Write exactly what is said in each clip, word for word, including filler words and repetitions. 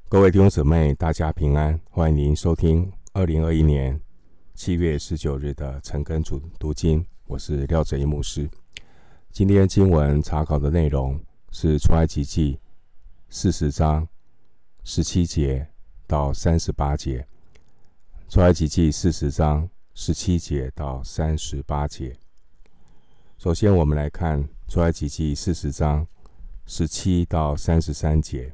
各位弟兄姊妹，大家平安，欢迎您收听二零二一年七月十九日的晨更主读经，我是廖哲一牧师。今天经文查考的内容是出埃及记四十章十七节到三十八节。出埃及记四十章十七节到三十八节。首先，我们来看出埃及记四十章十七到三十三节。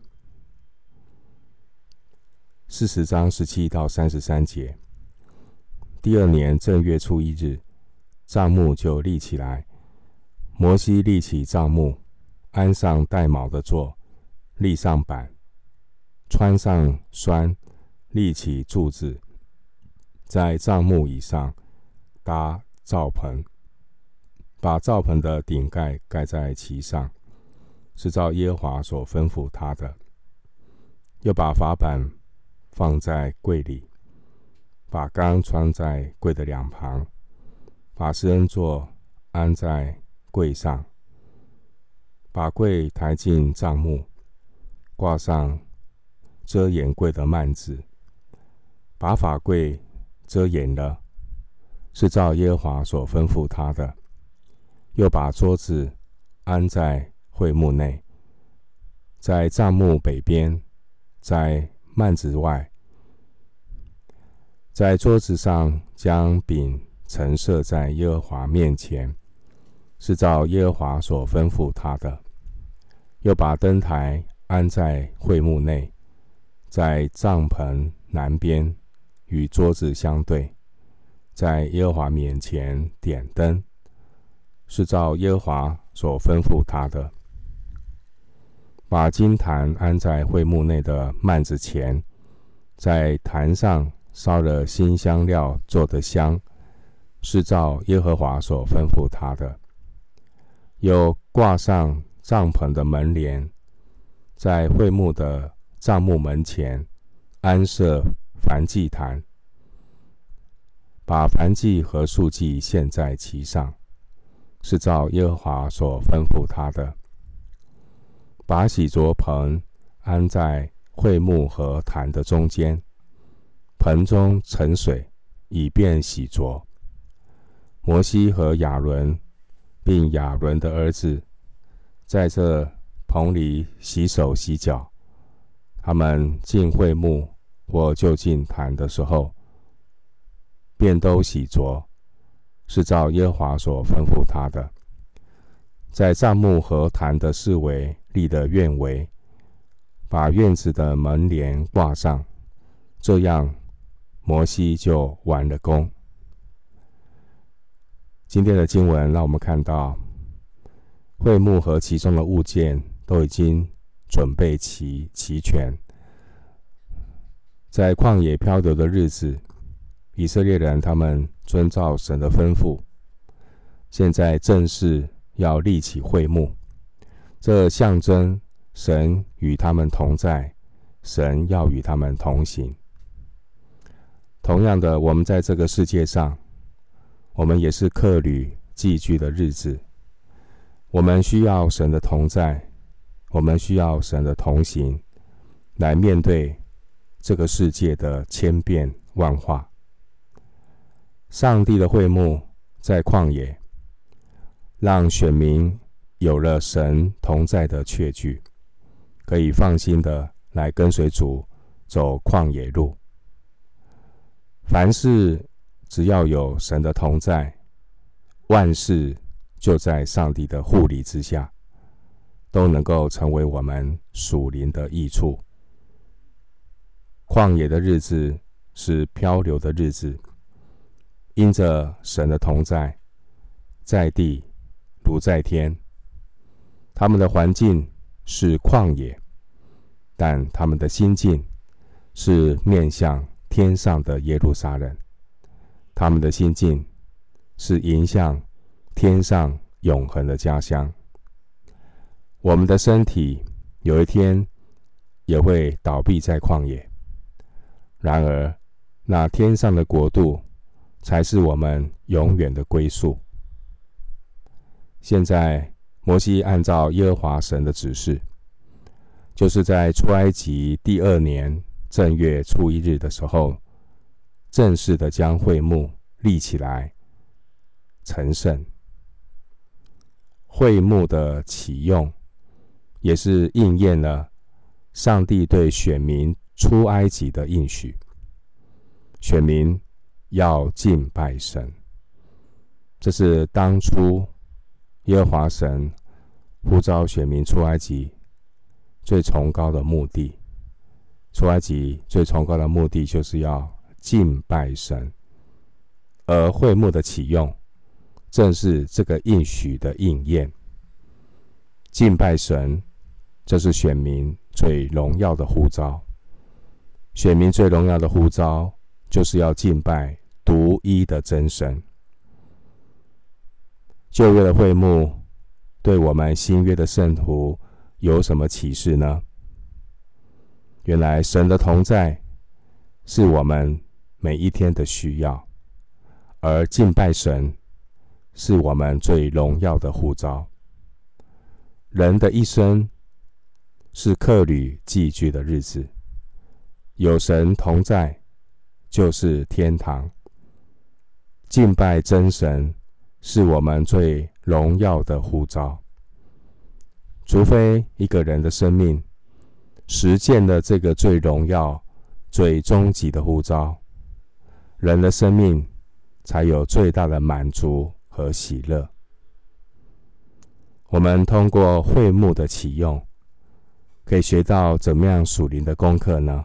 四十章十七到三十三节。第二年正月初一日，帐幕就立起来。摩西立起帐幕，安上带卯的座，立上板，穿上栓，立起柱子，在帐幕以上搭罩棚，把罩棚的顶盖盖在其上，是照耶和华所吩咐他的。又把法版放在柜里，把缸穿在柜的两旁，把施恩座安在柜上，把柜抬进帐幕，挂上遮掩柜的幔子，把法柜遮掩了，是照耶和华所吩咐他的。又把桌子安在会幕内，在帐幕北边，在幔子外，在桌子上将饼陈设在耶和华面前，是照耶和华所吩咐他的。又把灯台安在会幕内，在帐篷南边，与桌子相对，在耶和华面前点灯，是照耶和华所吩咐他的。把金坛安在会幕内的幔子前，在坛上烧了新香料做的香，是照耶和华所吩咐他的。又挂上帐篷的门帘，在会幕的帐幕门前安设燔祭坛，把燔祭和素祭献在其上，是照耶和华所吩咐他的。把洗濯盆安在会幕和坛的中间，盆中盛水，以便洗濯。摩西和亚伦并亚伦的儿子在这棚里洗手洗脚。他们进会幕或就近坛的时候，便都洗濯，是照耶和华所吩咐他的。在帐幕和坛的四围立的院围，把院子的门帘挂上，这样摩西就完了工。今天的经文让我们看到，会幕和其中的物件都已经准备齐齐全。在旷野漂流的日子，以色列人他们遵照神的吩咐，现在正式要立起会幕，这象征神与他们同在，神要与他们同行。同样的，我们在这个世界上，我们也是客旅寄居的日子，我们需要神的同在，我们需要神的同行，来面对这个世界的千变万化。上帝的会幕在旷野，让选民有了神同在的确据，可以放心的来跟随主走旷野路。凡事只要有神的同在，万事就在上帝的护理之下，都能够成为我们属灵的益处。旷野的日子是漂流的日子，因着神的同在，在地如在天。他们的环境是旷野，但他们的心境是面向天上的耶路撒冷。他们的心境是迎向天上永恒的家乡。我们的身体有一天也会倒闭在旷野，然而那天上的国度才是我们永远的归宿。现在摩西按照耶和华神的指示， 就是在出埃及第二年正月初一日的时候，正式的将会幕立起来成圣。会幕的启用，也是应验了上帝对选民出埃及的应许，选民要敬拜神。这是当初耶和华神呼召选民出埃及最崇高的目的。出埃及最崇高的目的就是要敬拜神，而会幕的启用正是这个应许的应验。敬拜神，这是选民最荣耀的呼召。选民最荣耀的呼召，就是要敬拜独一的真神。旧约的会幕对我们新约的圣徒有什么启示呢？原来神的同在是我们每一天的需要，而敬拜神是我们最荣耀的呼召。人的一生是客旅寄居的日子，有神同在就是天堂。敬拜真神是我们最荣耀的呼召。除非一个人的生命实践了这个最荣耀、最终极的呼召，人的生命才有最大的满足和喜乐。我们通过会幕的启用，可以学到怎么样属灵的功课呢？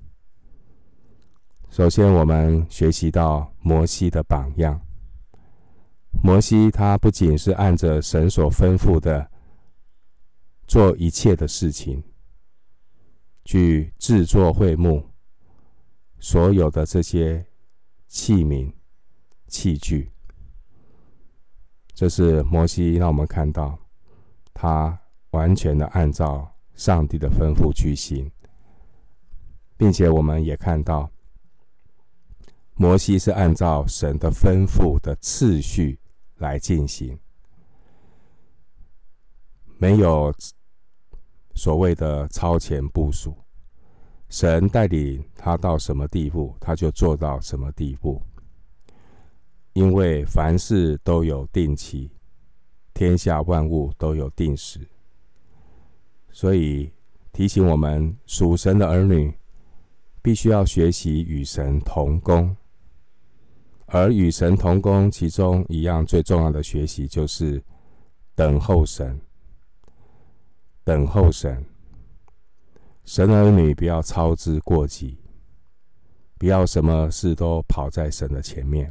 首先，我们学习到摩西的榜样。摩西他不仅是按着神所吩咐的做一切的事情，去制作会幕，所有的这些器皿、器具，这是摩西让我们看到他完全的按照上帝的吩咐去行，并且我们也看到摩西是按照神的吩咐的次序来进行，没有所谓的超前部署。神带领他到什么地步，他就做到什么地步。因为凡事都有定期，天下万物都有定时，所以提醒我们属神的儿女必须要学习与神同工。而与神同工，其中一样最重要的学习就是等候神。等候神，神的儿女不要操之过急，不要什么事都跑在神的前面。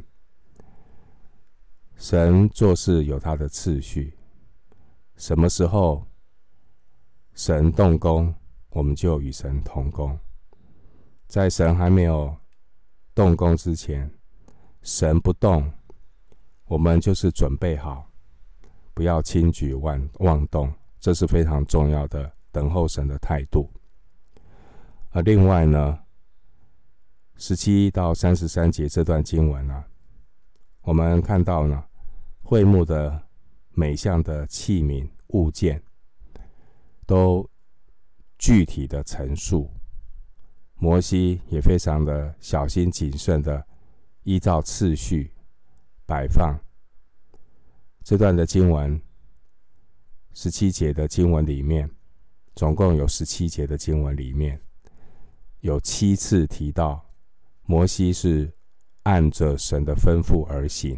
神做事有他的次序，什么时候神动工，我们就与神同工。在神还没有动工之前，神不动，我们就是准备好，不要轻举妄妄动，这是非常重要的等候神的态度。而另外呢，十七到三十三节这段经文啊，我们看到呢，会幕的每项的器皿物件都具体的陈述，摩西也非常的小心谨慎的依照次序摆放。这段的经文十七节的经文里面，总共有十七节的经文里面，有七次提到摩西是按着神的吩咐而行。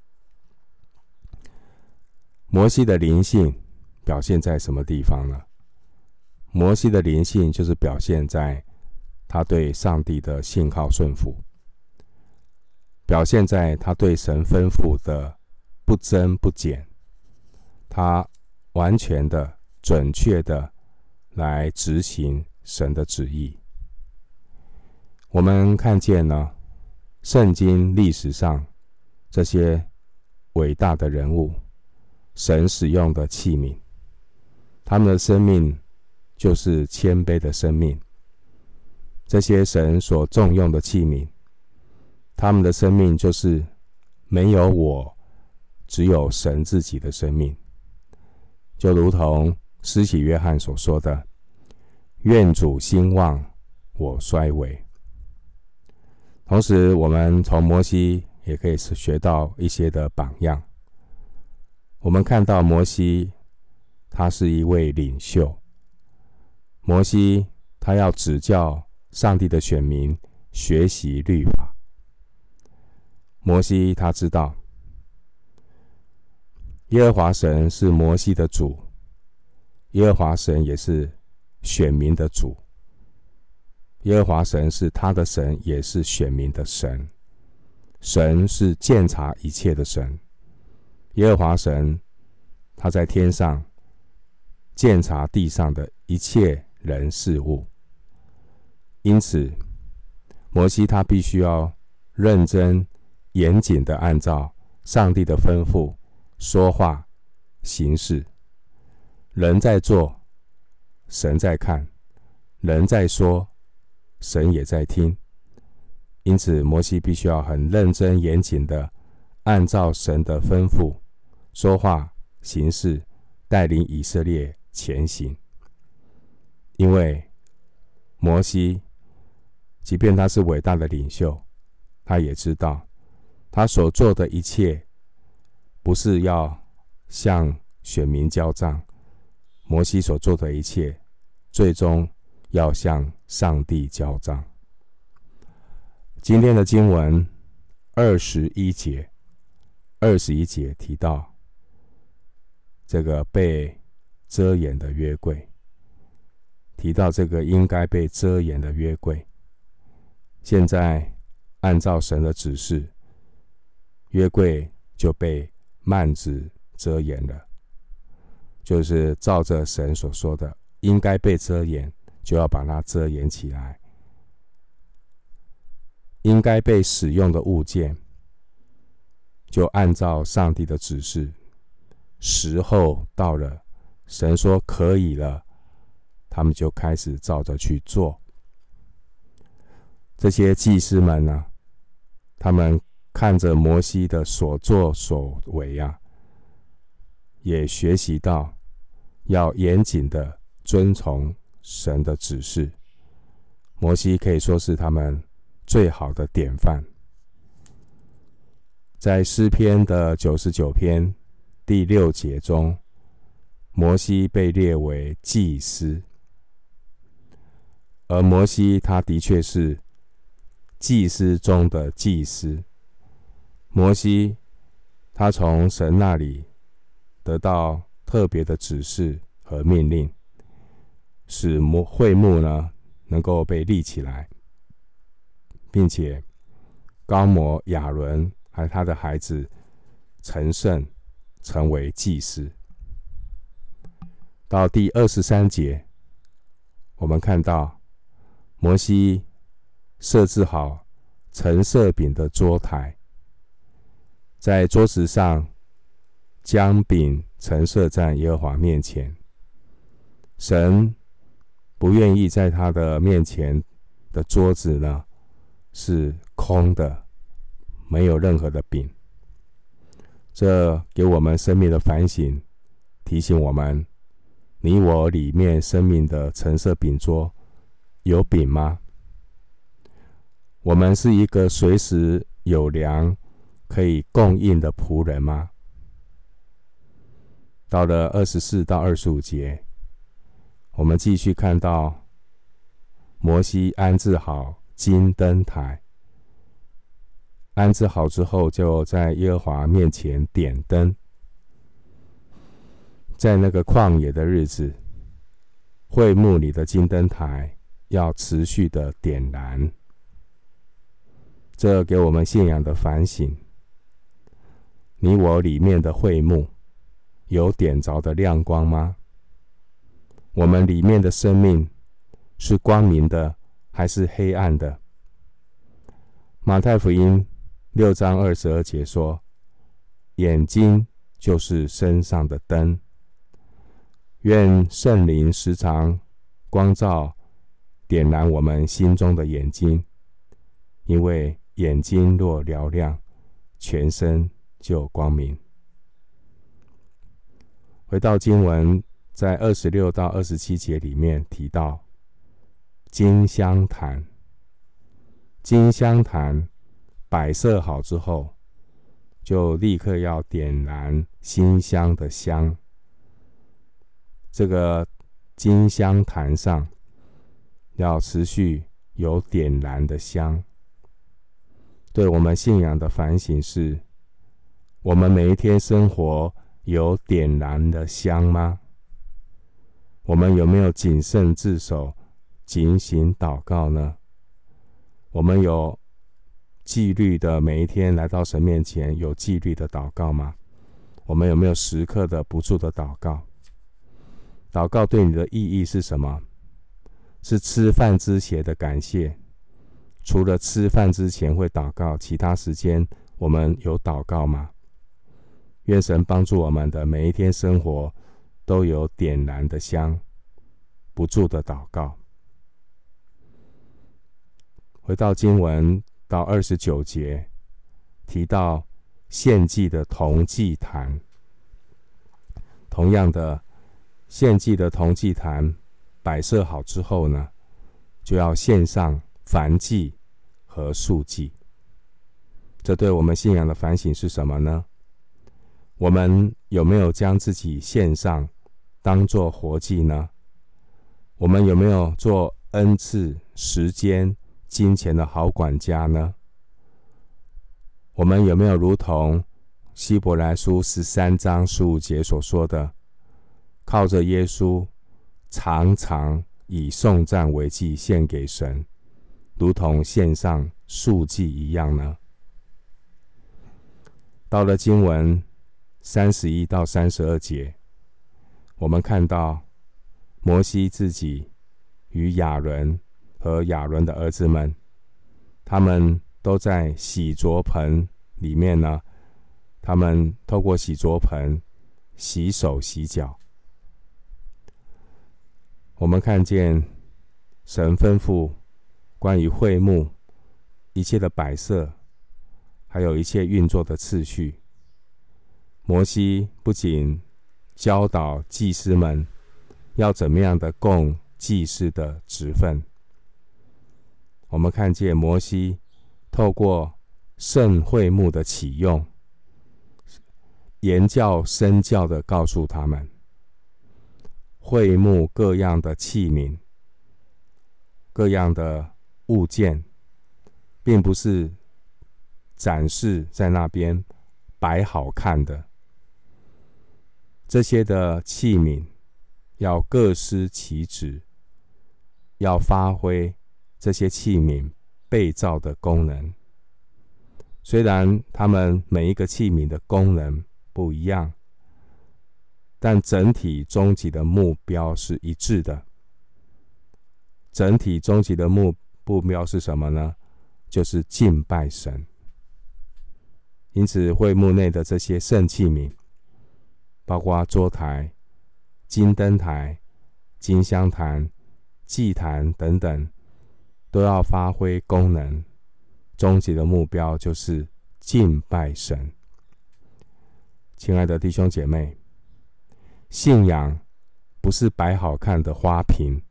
摩西的灵性表现在什么地方呢？摩西的灵性就是表现在他对上帝的信靠顺服，表现在他对神吩咐的不增不减，他完全的准确的来执行神的旨意。我们看见呢，圣经历史上这些伟大的人物，神使用的器皿，他们的生命就是谦卑的生命。这些神所重用的器皿，他们的生命就是没有我，只有神自己的生命。就如同施洗约翰所说的， 愿主兴旺，我衰微。同时，我们从摩西也可以学到一些的榜样。我们看到摩西，他是一位领袖。摩西他要指教上帝的选民学习律法。摩西他知道，耶和华神是摩西的主，耶和华神也是选民的主。耶和华神是他的神，也是选民的神。神是鉴察一切的神。耶和华神他在天上鉴察地上的一切人事物。因此，摩西他必须要认真严谨的按照上帝的吩咐说话行事。人在做，神在看；人在说，神也在听。因此，摩西必须要很认真严谨的按照神的吩咐说话行事，带领以色列前行。因为摩西即便他是伟大的领袖，他也知道他所做的一切不是要向选民交账，摩西所做的一切最终要向上帝交账。今天的经文二十一节二十一节提到这个被遮掩的约柜，提到这个应该被遮掩的约柜。现在按照神的指示，约柜就被幔子遮掩了，就是照着神所说的应该被遮掩，就要把它遮掩起来。应该被使用的物件，就按照上帝的指示，时候到了，神说可以了，他们就开始照着去做。这些祭司们呢、啊，他们看着摩西的所作所为啊，也学习到要严谨的遵从神的指示。摩西可以说是他们最好的典范。在诗篇的九十九篇第六节中，摩西被列为祭司，而摩西他的确是祭司中的祭司。摩西他从神那里得到特别的指示和命令，使会幕呢能够被立起来，并且膏抹亚伦和他的孩子成圣，成为祭司。到第二十三节，我们看到摩西设置好陈设饼的桌台，在桌子上将饼陈设在耶和华面前。神不愿意在他的面前的桌子呢是空的，没有任何的饼。这给我们生命的反省，提醒我们，你我里面生命的陈设饼桌有饼吗？我们是一个随时有粮可以供应的仆人吗？到了二十四到二十五节，我们继续看到摩西安置好金灯台，安置好之后，就在耶和华面前点灯。在那个旷野的日子，会幕里的金灯台要持续的点燃。这给我们信仰的反省。你我里面的会幕有点着的亮光吗？我们里面的生命是光明的还是黑暗的？马太福音六章二十二节说，眼睛就是身上的灯。愿圣灵时常光照点燃我们心中的眼睛，因为眼睛若嘹亮，全身就光明。回到经文，在二十六到二十七节里面提到， 金香坛。金香坛摆设好之后，就立刻要点燃馨香的香。这个金香坛上要持续有点燃的香。对我们信仰的反省是：我们每一天生活有点燃的香吗？我们有没有谨慎自守、警醒祷告呢？我们有纪律的每一天来到神面前有纪律的祷告吗？我们有没有时刻的不住的祷告？祷告对你的意义是什么？是吃饭之前的感谢。除了吃饭之前会祷告，其他时间我们有祷告吗？愿神帮助我们的每一天生活都有点燃的香，不住的祷告。回到经文到二十九节，提到献祭的铜祭坛。同样的，献祭的铜祭坛摆设好之后呢，就要献上燔祭和素祭。这对我们信仰的反省是什么呢？我们有没有将自己献上当作活祭呢？我们有没有做恩赐、时间、金钱的好管家呢？我们有没有如同希伯来书十三章十五节所说的，靠着耶稣常常以颂赞为祭献给神，如同献上素祭一样呢？到了经文三十一到三十二节，我们看到摩西自己与亚伦和亚伦的儿子们，他们都在洗濯盆里面呢，他们透过洗濯盆洗手洗脚。我们看见神吩咐关于会幕一切的摆设，还有一切运作的次序。摩西不仅教导祭司们要怎么样的供祭司的职分，我们看见摩西透过圣会幕的启用，言教身教的告诉他们，会幕各样的器皿、各样的物件，并不是展示在那边摆好看的。这些的器皿要各司其职，要发挥这些器皿被造的功能。虽然他们每一个器皿的功能不一样，但整体终极的目标是一致的。整体终极的目目标是什么呢？就是敬拜神。因此会幕内的这些圣器皿，包括桌台、金灯台、金香坛、祭坛等等，都要发挥功能，终极的目标就是敬拜神。亲爱的弟兄姐妹，信仰不是摆好看的花瓶，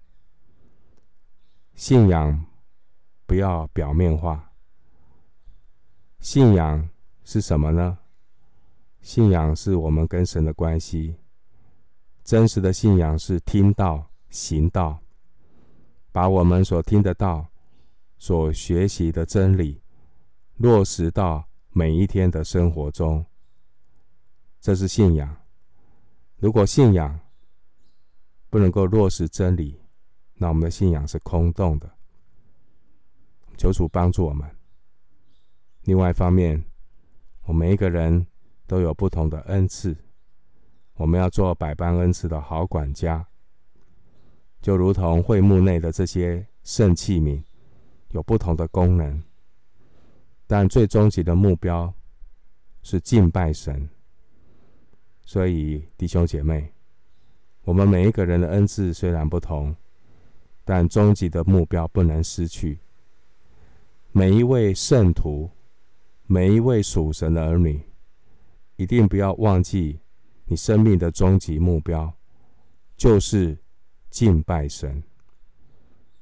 信仰不要表面化。信仰是什么呢？信仰是我们跟神的关系。真实的信仰是听道、行道，把我们所听得到、所学习的真理落实到每一天的生活中，这是信仰。如果信仰不能够落实真理，那我们的信仰是空洞的。求主帮助我们。另外一方面，我们每一个人都有不同的恩赐，我们要做百般恩赐的好管家，就如同会幕内的这些圣器皿有不同的功能，但最终极的目标是敬拜神。所以弟兄姐妹，我们每一个人的恩赐虽然不同，但终极的目标不能失去。每一位圣徒，每一位属神的儿女，一定不要忘记你生命的终极目标，就是敬拜神。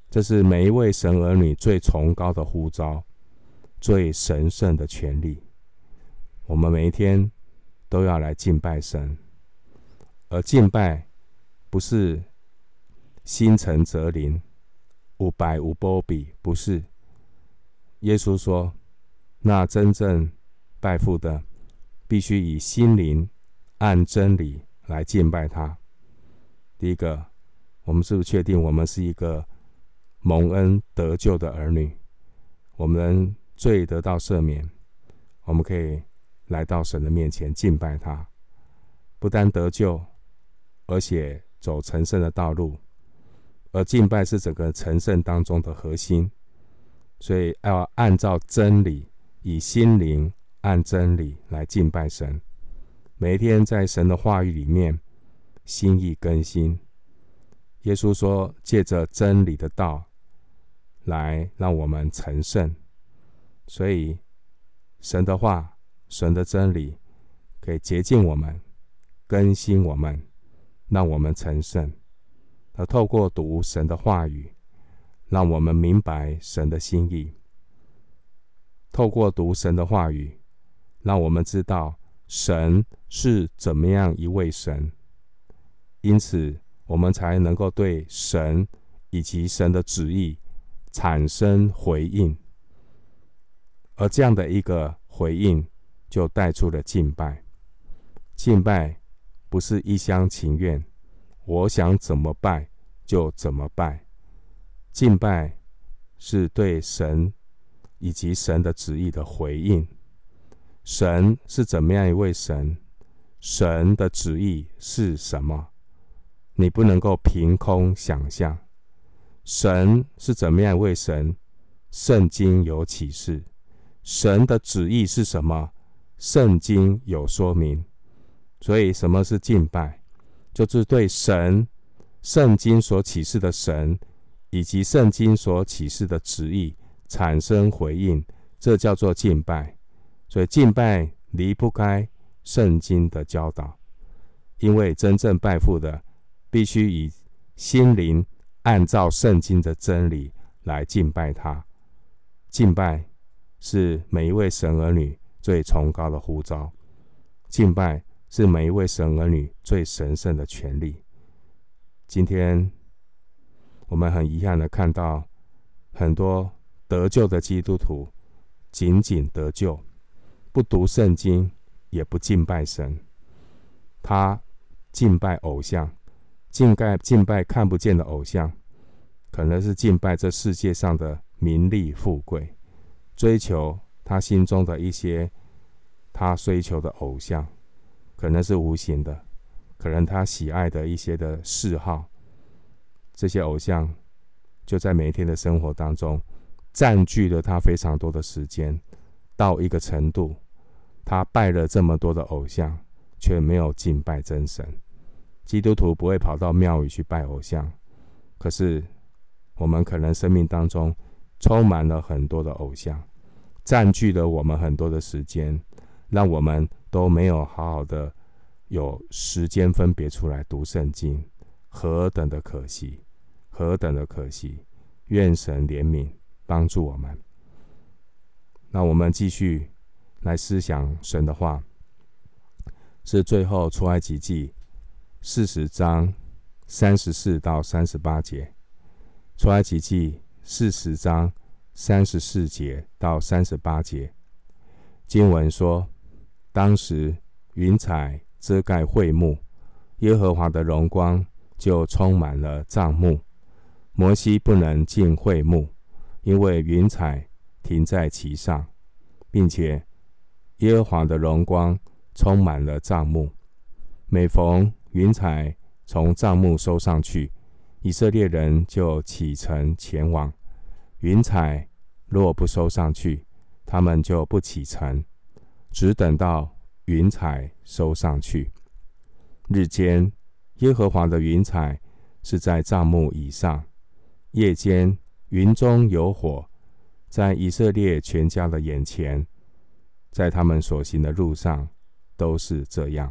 这是每一位神儿女最崇高的呼召，最神圣的权利。我们每一天都要来敬拜神，而敬拜不是心诚则灵，有拜有保庇，不是。耶稣说，那真正拜父的，必须以心灵按真理来敬拜他。第一个，我们是不是确定我们是一个蒙恩得救的儿女？我们罪得到赦免，我们可以来到神的面前敬拜他。不单得救，而且走成圣的道路。而敬拜是整个成圣当中的核心，所以要按照真理，以心灵按真理来敬拜神。每一天在神的话语里面，心意更新。耶稣说，借着真理的道来让我们成圣。所以神的话，神的真理可以洁净我们，更新我们，让我们成圣。而透过读神的话语，让我们明白神的心意。透过读神的话语，让我们知道神是怎么样一位神，因此我们才能够对神以及神的旨意产生回应。而这样的一个回应，就带出了敬拜。敬拜不是一厢情愿，我想怎么拜就怎么拜。敬拜是对神以及神的旨意的回应。神是怎么样一位神？神的旨意是什么？你不能够凭空想象。神是怎么样一位神？圣经有启示。神的旨意是什么？圣经有说明。所以什么是敬拜？就是对神圣经所启示的神以及圣经所启示的旨意产生回应，这叫做敬拜。所以敬拜离不开圣经的教导，因为真正拜父的必须以心灵按照圣经的真理来敬拜他。敬拜是每一位神儿女最崇高的呼召，敬拜是每一位神儿女最神圣的权利。今天我们很遗憾的看到很多得救的基督徒仅仅得救，不读圣经，也不敬拜神。他敬拜偶像，敬拜敬拜看不见的偶像，可能是敬拜这世界上的名利富贵，追求他心中的一些他追求的偶像，可能是无形的，可能他喜爱的一些的嗜好。这些偶像就在每一天的生活当中占据了他非常多的时间，到一个程度，他拜了这么多的偶像，却没有敬拜真神。基督徒不会跑到庙宇去拜偶像，可是我们可能生命当中充满了很多的偶像，占据了我们很多的时间，让我们都没有好好的有时间分别出来读圣经，何等的可惜，何等的可惜！愿神怜悯帮助我们。那我们继续来思想神的话，是最后出埃及记四十章三十四到三十八节。出埃及记四十章三十四节到三十八节，经文说，当时云彩遮盖会幕，耶和华的荣光就充满了帐幕。摩西不能进会幕，因为云彩停在其上，并且耶和华的荣光充满了帐幕。每逢云彩从帐幕收上去，以色列人就启程前往。云彩若不收上去，他们就不启程，只等到云彩收上去。日间，耶和华的云彩是在帐幕以上，夜间云中有火，在以色列全家的眼前，在他们所行的路上都是这样。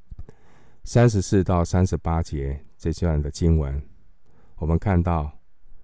三十四到三十八节这段的经文，我们看到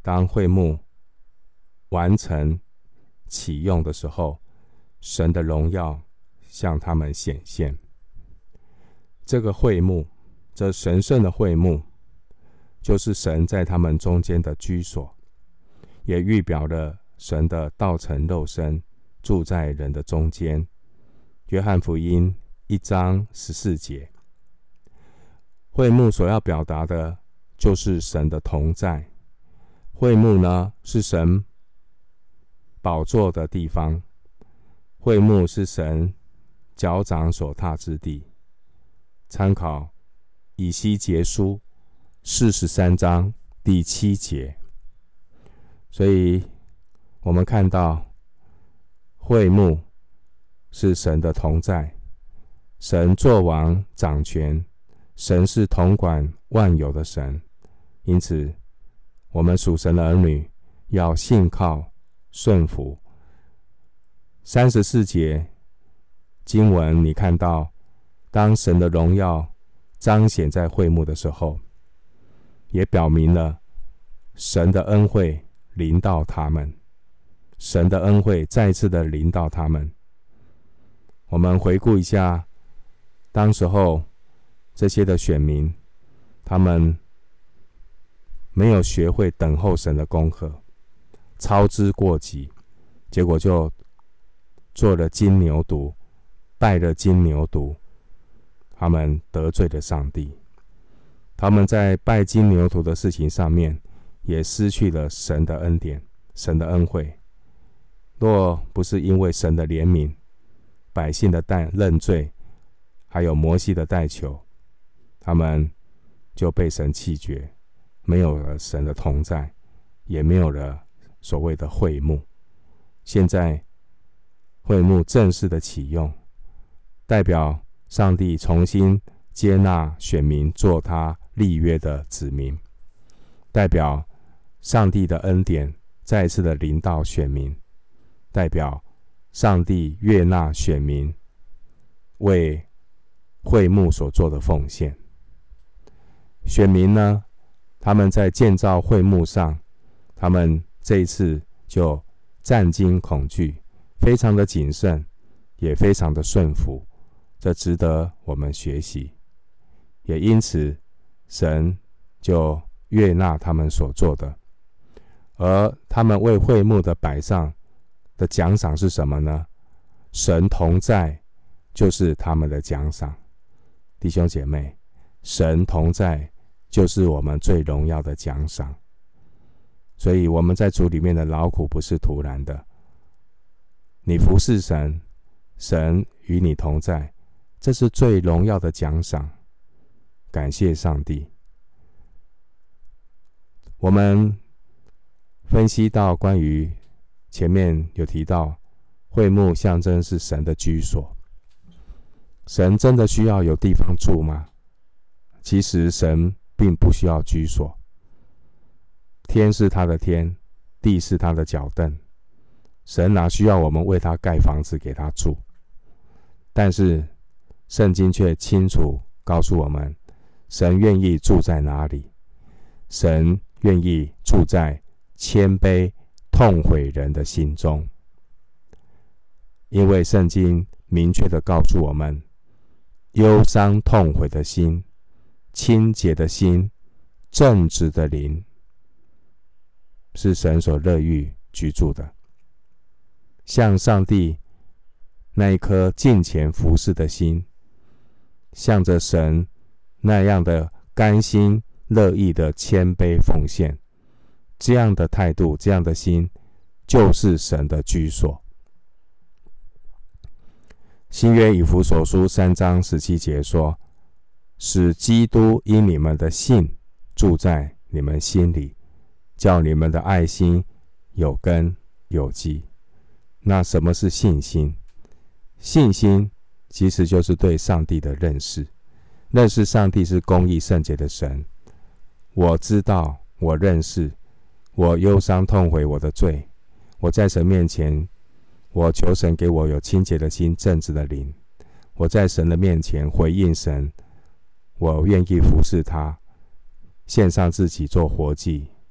当会幕完成启用的时候，神的荣耀向他们显现。这个会幕，这神圣的会幕，就是神在他们中间的居所，也预表了神的道成肉身，住在人的中间。约翰福音一章十四节，会幕所要表达的就是神的同在。会幕呢，是神宝座的地方，会幕是神脚掌所踏之地。参考以西结书四十三章第七节。所以我们看到会幕是神的同在，神作王掌权，神是统管万有的神。因此我们属神的儿女要信靠顺服。三十四节经文，你看到当神的荣耀彰显在会幕的时候，也表明了神的恩惠临到他们，神的恩惠再次的临到他们。我们回顾一下当时候这些的选民，他们没有学会等候神的功课，操之过急，结果就做了金牛犊，拜了金牛犊，他们得罪了上帝。他们在拜金牛犊的事情上面也失去了神的恩典，神的恩惠。若不是因为神的怜悯，百姓的认罪，还有摩西的代求，他们就被神弃绝，没有了神的同在，也没有了所谓的会幕。现在会幕正式的启用，代表上帝重新接纳选民做他立约的子民，代表上帝的恩典再次的临到选民，代表上帝悦纳选民为会幕所做的奉献。选民呢，他们在建造会幕上，他们这一次就战惊恐惧，非常的谨慎，也非常的顺服，这值得我们学习。也因此神就悦纳他们所做的。而他们为会幕的摆上的奖赏是什么呢？神同在就是他们的奖赏。弟兄姐妹，神同在就是我们最荣耀的奖赏。所以我们在主里面的劳苦不是徒然的。你服侍神，神与你同在，这是最荣耀的奖赏。感谢上帝。我们分析到关于前面有提到会幕象征是神的居所，神真的需要有地方住吗？其实神并不需要居所，天是他的天，地是他的脚凳，神哪需要我们为他盖房子给他住？但是圣经却清楚告诉我们，神愿意住在哪里？神愿意住在谦卑痛悔人的心中。因为圣经明确的告诉我们，忧伤痛悔的心，清洁的心，正直的灵，是神所乐意居住的。向上帝那一颗敬虔服侍的心，向着神那样的甘心乐意的谦卑奉献，这样的态度，这样的心，就是神的居所。新约以弗所书三章十七节说，使基督因你们的信住在你们心里，叫你们的爱心有根有基。那什么是信心？信心其实就是对上帝的认识，认识上帝是公义圣洁的神。我知道，我认识，我忧伤痛悔我的罪，我在神面前，我求神给我有清洁的心，正直的灵。我在神的面前回应神，我愿意服侍他，献上自己做活祭。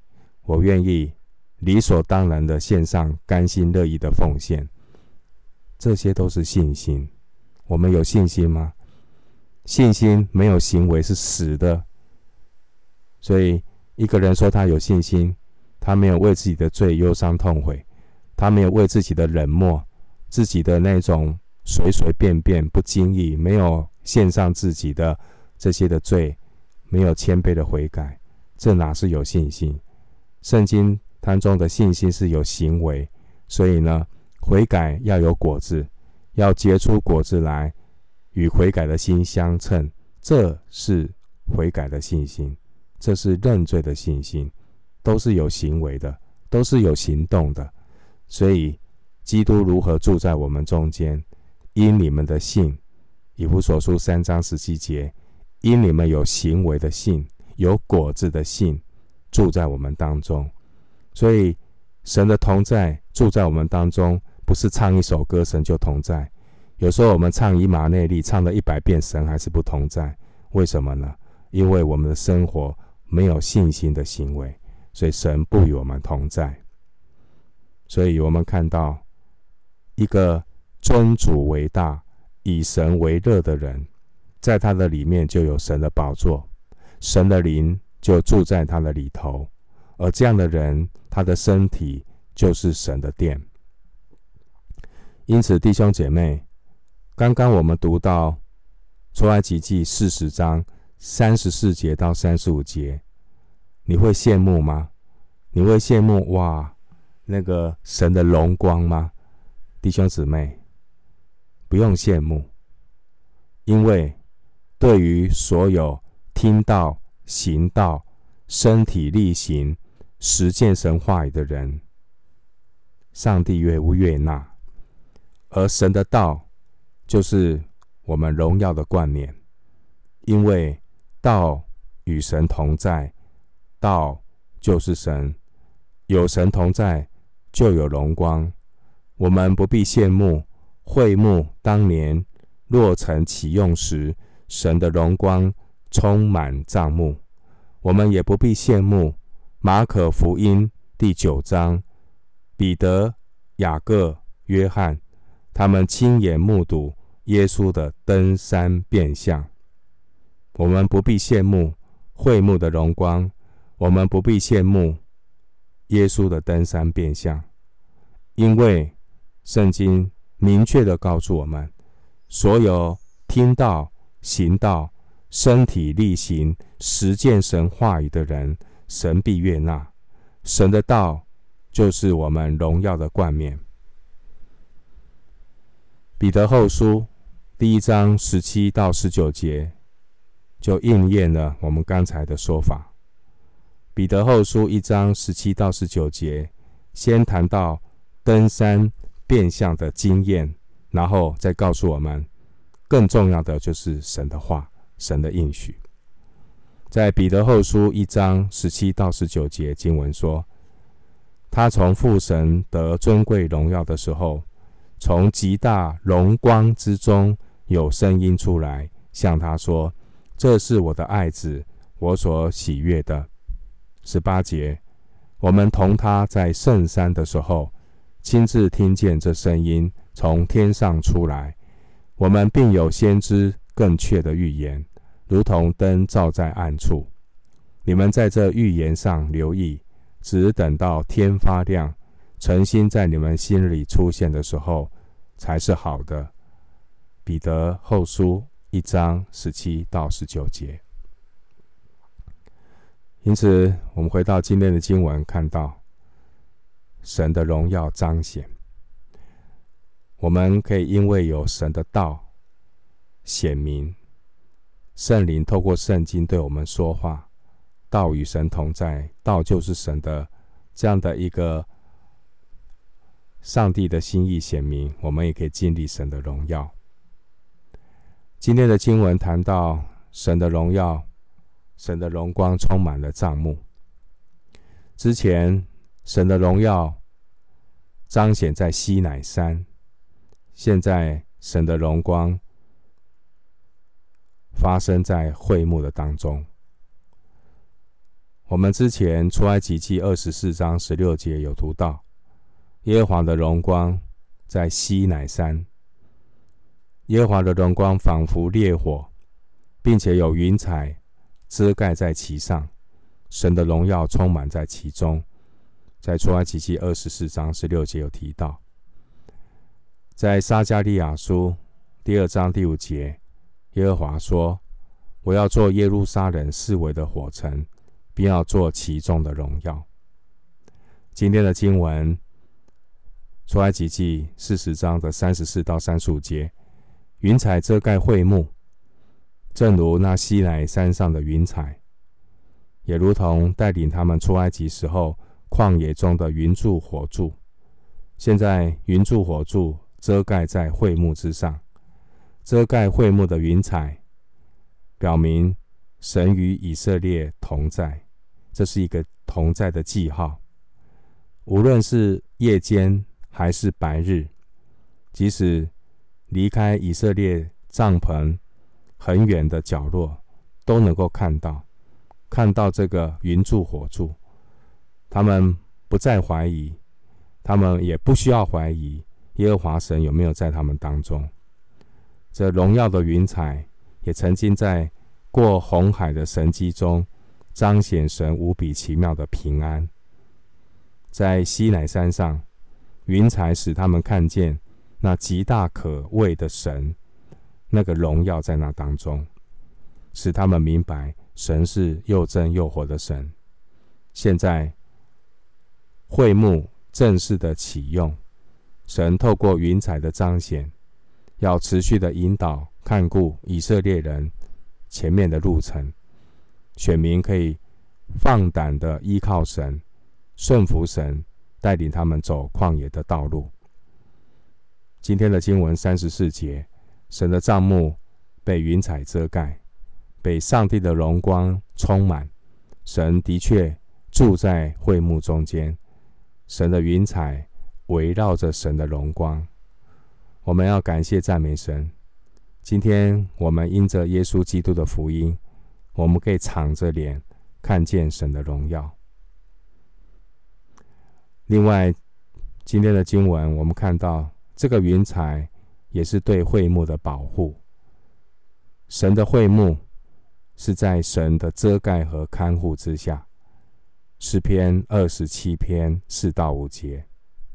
我愿意理所当然的献上甘心乐意的奉献，这些都是信心。我们有信心吗？信心没有行为是死的。所以一个人说他有信心，他没有为自己的罪忧伤痛悔，他没有为自己的冷漠、自己的那种随随便便不经意，没有献上自己的这些的罪，没有谦卑的悔改，这哪是有信心？圣经当中的信心是有行为，所以呢，悔改要有果子，要结出果子来，与悔改的心相称，这是悔改的信心，这是认罪的信心，都是有行为的，都是有行动的。所以基督如何住在我们中间？因你们的信，以弗所书三章十七节，因你们有行为的信，有果子的信，住在我们当中。所以神的同在住在我们当中，不是唱一首歌神就同在。有时候我们唱以马内利，唱了一百遍，神还是不同在。为什么呢？因为我们的生活没有信心的行为，所以神不与我们同在。所以我们看到一个尊主为大、以神为乐的人，在他的里面就有神的宝座，神的灵就住在他的里头，而这样的人，他的身体就是神的殿。因此弟兄姐妹，刚刚我们读到出埃及记四十章三十四节到三十五节，你会羡慕吗？你会羡慕哇那个神的荣光吗？弟兄姊妹，不用羡慕，因为对于所有听道、行道、身体力行、实践神话语的人，上帝悦不悦纳？而神的道就是我们荣耀的冠冕，因为道与神同在，道就是神，有神同在就有荣光。我们不必羡慕会幕当年落成启用时，神的荣光充满帐幕。我们也不必羡慕马可福音第九章，彼得、雅各、约翰他们亲眼目睹耶稣的登山变相。我们不必羡慕会幕的荣光，我们不必羡慕耶稣的登山变相，因为圣经明确地告诉我们，所有听道、行道、身体力行、实践神话语的人，神必悦纳。神的道就是我们荣耀的冠冕。彼得后书第一章十七到十九节就应验了我们刚才的说法。彼得后书一章十七到十九节先谈到登山变相的经验，然后再告诉我们更重要的就是神的话，神的应许。在彼得后书一章十七到十九节经文说，他从父神得尊贵荣耀的时候，从极大荣光之中有声音出来，向他说，这是我的爱子，我所喜悦的。十八节，我们同他在圣山的时候，亲自听见这声音从天上出来，我们并有先知更确的预言，如同灯照在暗处。你们在这预言上留意，只等到天发亮，诚心在你们心里出现的时候，才是好的。彼得后书一章十七到十九节。因此，我们回到今天的经文，看到神的荣耀彰显。我们可以因为有神的道显明，圣灵透过圣经对我们说话，道与神同在，道就是神的这样的一个上帝的心意显明，我们也可以经历神的荣耀。今天的经文谈到神的荣耀，神的荣光充满了帐幕。之前神的荣耀彰显在西乃山，现在神的荣光发生在会幕的当中。 我们之前出埃及记二十四章十六节有读到，耶和华的荣光在西乃山，耶和华的荣光仿佛烈火，并且有云彩遮盖在其上，神的荣耀充满在其中。在出埃及记二十四章十六节有提到。在撒迦利亚书第二章第五节，耶和华说：我要做耶路撒冷四围的火城，并要做其中的荣耀。今天的经文出埃及记四十章的三十四到三十五节，云彩遮盖会幕，正如那西乃山上的云彩，也如同带领他们出埃及时候旷野中的云柱火柱。现在云柱火柱遮盖在会幕之上，遮盖会幕的云彩表明神与以色列同在，这是一个同在的记号。无论是夜间还是白日，即使离开以色列帐篷很远的角落，都能够看到看到这个云柱火柱。他们不再怀疑，他们也不需要怀疑耶和华神有没有在他们当中。这荣耀的云彩也曾经在过红海的神迹中彰显神无比奇妙的平安。在西乃山上，云彩使他们看见那极大可畏的神，那个荣耀在那当中，使他们明白神是又真又活的神。现在会幕正式的启用，神透过云彩的彰显，要持续的引导看顾以色列人前面的路程，选民可以放胆的依靠神，顺服神，带领他们走旷野的道路。今天的经文三十四节，神的帐幕被云彩遮盖，被上帝的荣光充满。神的确住在会幕中间，神的云彩围绕着神的荣光。我们要感谢赞美神。今天我们因着耶稣基督的福音，我们可以敞着脸看见神的荣耀。另外，今天的经文我们看到这个云彩也是对会幕的保护。神的会幕是在神的遮盖和看护之下。诗篇二十七篇四到五节。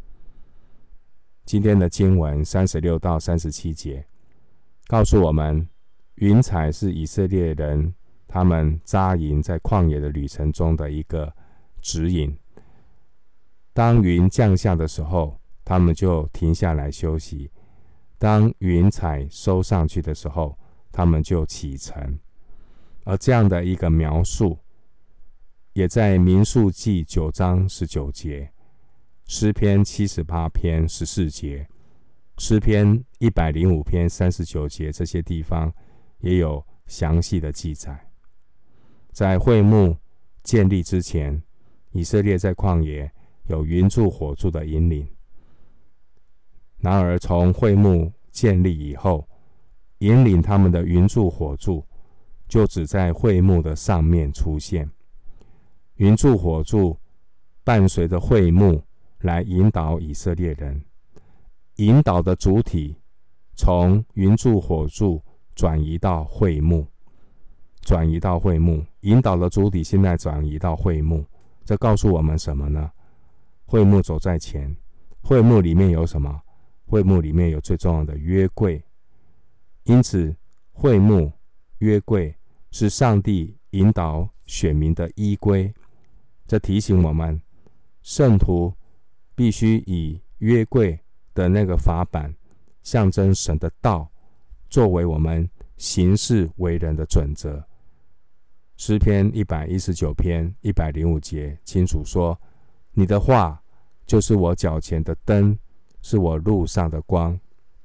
今天的经文三十六到三十七节告诉我们，云彩是以色列人他们扎营在旷野的旅程中的一个指引。当云降下的时候，他们就停下来休息；当云彩收上去的时候，他们就启程。而这样的一个描述，也在民数记九章十九节、诗篇七十八篇十四节、诗篇一百零五篇三十九节这些地方也有详细的记载。在会幕建立之前，以色列在旷野有云柱火柱的引领。然而从会幕建立以后，引领他们的云柱火柱就只在会幕的上面出现。云柱火柱伴随着会幕来引导以色列人，引导的主体从云柱火柱转移到会幕，转移到会幕，引导的主体现在转移到会幕。这告诉我们什么呢？会幕走在前，会幕里面有什么？会幕里面有最重要的约柜。因此会幕约柜是上帝引导选民的依归。这提醒我们，圣徒必须以约柜的那个法版，象征神的道，作为我们行事为人的准则。诗篇一百一十九篇一百零五节清楚说，你的话就是我脚前的灯，是我路上的光。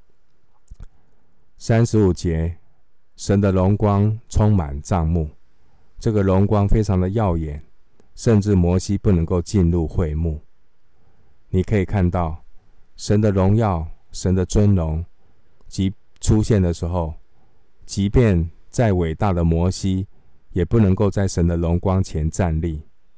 三十五节，神的荣光充满帐幕，这个荣光非常的耀眼，甚至摩西不能够进入会幕。你可以看到神的荣耀，神的尊荣即出现的时候，即便再伟大的摩西也不能够在神的荣光前站立，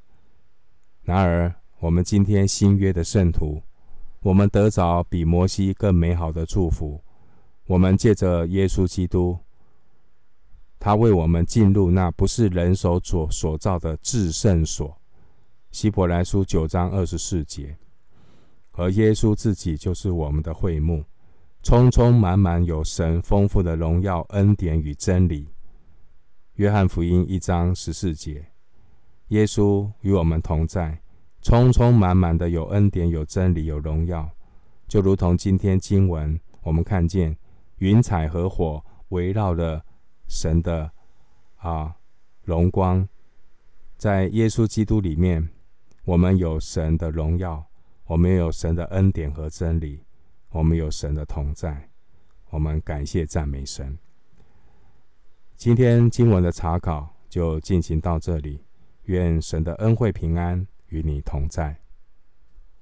然而，我们今天新约的圣徒，我们得着比摩西更美好的祝福。我们借着耶稣基督，他为我们进入那不是人手所所造的至圣所。希伯来书九章二十四节。而耶稣自己就是我们的会幕，充充满满有神丰富的荣耀、恩典与真理。约翰福音一章十四节。耶稣与我们同在，充充满满的有恩典、有真理、有荣耀，就如同今天经文我们看见云彩和火围绕了神的啊荣光。在耶稣基督里面，我们有神的荣耀，我们有神的恩典和真理，我们有神的同在。我们感谢赞美神。今天经文的查考就进行到这里，愿神的恩惠平安与你同在。